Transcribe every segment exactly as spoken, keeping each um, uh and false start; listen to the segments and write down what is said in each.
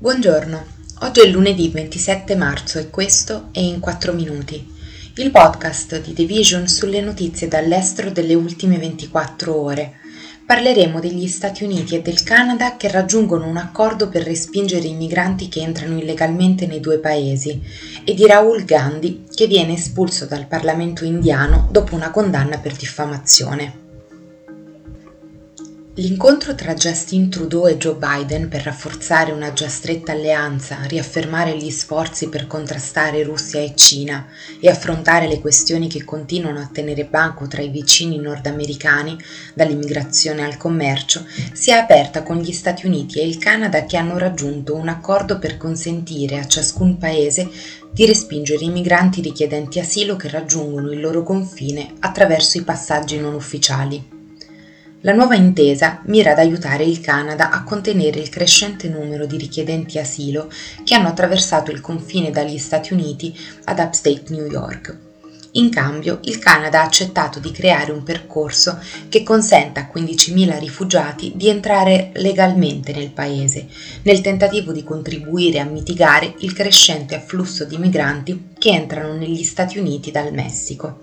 Buongiorno, oggi è lunedì ventisette marzo e questo è In quattro minuti, il podcast di The Vision sulle notizie dall'estero delle ultime ventiquattro ore. Parleremo degli Stati Uniti e del Canada che raggiungono un accordo per respingere i migranti che entrano illegalmente nei due paesi e di Rahul Gandhi che viene espulso dal Parlamento indiano dopo una condanna per diffamazione. L'incontro tra Justin Trudeau e Joe Biden per rafforzare una già stretta alleanza, riaffermare gli sforzi per contrastare Russia e Cina e affrontare le questioni che continuano a tenere banco tra i vicini nordamericani, dall'immigrazione al commercio, si è aperta con gli Stati Uniti e il Canada che hanno raggiunto un accordo per consentire a ciascun paese di respingere i migranti richiedenti asilo che raggiungono il loro confine attraverso i passaggi non ufficiali. La nuova intesa mira ad aiutare il Canada a contenere il crescente numero di richiedenti asilo che hanno attraversato il confine dagli Stati Uniti ad Upstate New York. In cambio, il Canada ha accettato di creare un percorso che consenta a quindicimila rifugiati di entrare legalmente nel paese, nel tentativo di contribuire a mitigare il crescente afflusso di migranti che entrano negli Stati Uniti dal Messico.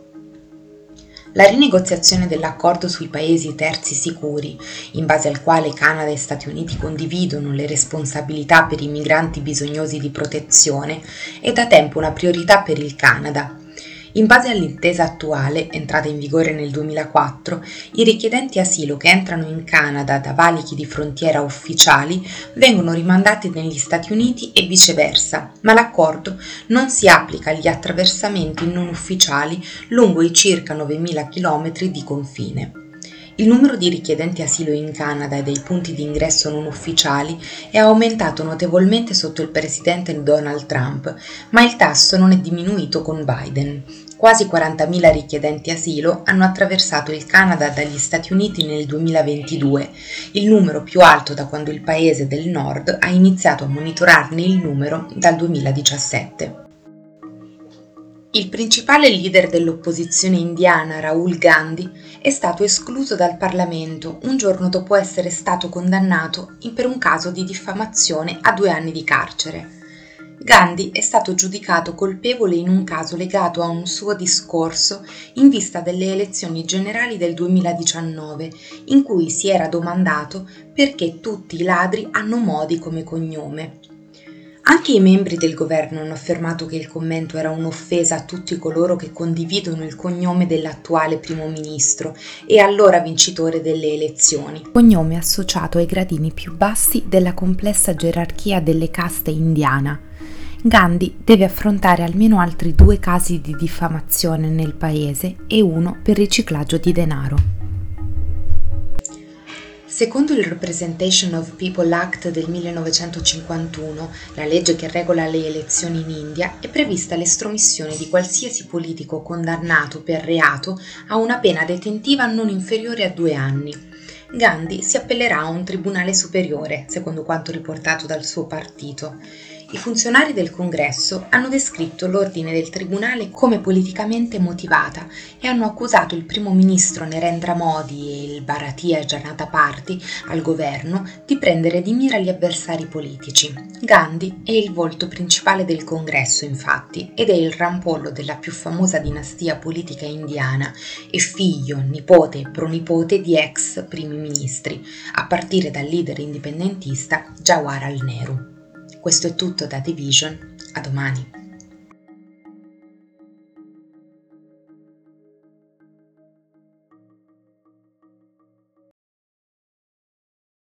La rinegoziazione dell'accordo sui paesi terzi sicuri, in base al quale Canada e Stati Uniti condividono le responsabilità per i migranti bisognosi di protezione, è da tempo una priorità per il Canada. In base all'intesa attuale, entrata in vigore nel duemilaquattro, i richiedenti asilo che entrano in Canada da valichi di frontiera ufficiali vengono rimandati negli Stati Uniti e viceversa, ma l'accordo non si applica agli attraversamenti non ufficiali lungo i circa novemila chilometri di confine. Il numero di richiedenti asilo in Canada e dei punti di ingresso non ufficiali è aumentato notevolmente sotto il presidente Donald Trump, ma il tasso non è diminuito con Biden. Quasi quarantamila richiedenti asilo hanno attraversato il Canada dagli Stati Uniti nel duemilaventidue, il numero più alto da quando il paese del nord ha iniziato a monitorarne il numero dal duemiladiciassette. Il principale leader dell'opposizione indiana, Rahul Gandhi, è stato escluso dal Parlamento un giorno dopo essere stato condannato per un caso di diffamazione a due anni di carcere. Gandhi è stato giudicato colpevole in un caso legato a un suo discorso in vista delle elezioni generali del duemiladiciannove, in cui si era domandato perché tutti i ladri hanno Modi come cognome. Anche i membri del governo hanno affermato che il commento era un'offesa a tutti coloro che condividono il cognome dell'attuale primo ministro e allora vincitore delle elezioni. Cognome associato ai gradini più bassi della complessa gerarchia delle caste indiana. Gandhi deve affrontare almeno altri due casi di diffamazione nel paese e uno per riciclaggio di denaro. Secondo il Representation of People Act del millenovecentocinquantuno, la legge che regola le elezioni in India, è prevista l'estromissione di qualsiasi politico condannato per reato a una pena detentiva non inferiore a due anni. Gandhi si appellerà a un tribunale superiore, secondo quanto riportato dal suo partito. I funzionari del Congresso hanno descritto l'ordine del tribunale come politicamente motivata e hanno accusato il primo ministro Narendra Modi e il Bharatiya Janata Party al governo di prendere di mira gli avversari politici. Gandhi è il volto principale del Congresso, infatti, ed è il rampollo della più famosa dinastia politica indiana e figlio, nipote e pronipote di ex primi ministri, a partire dal leader indipendentista Jawaharlal Nehru. Questo è tutto da The Vision, a domani.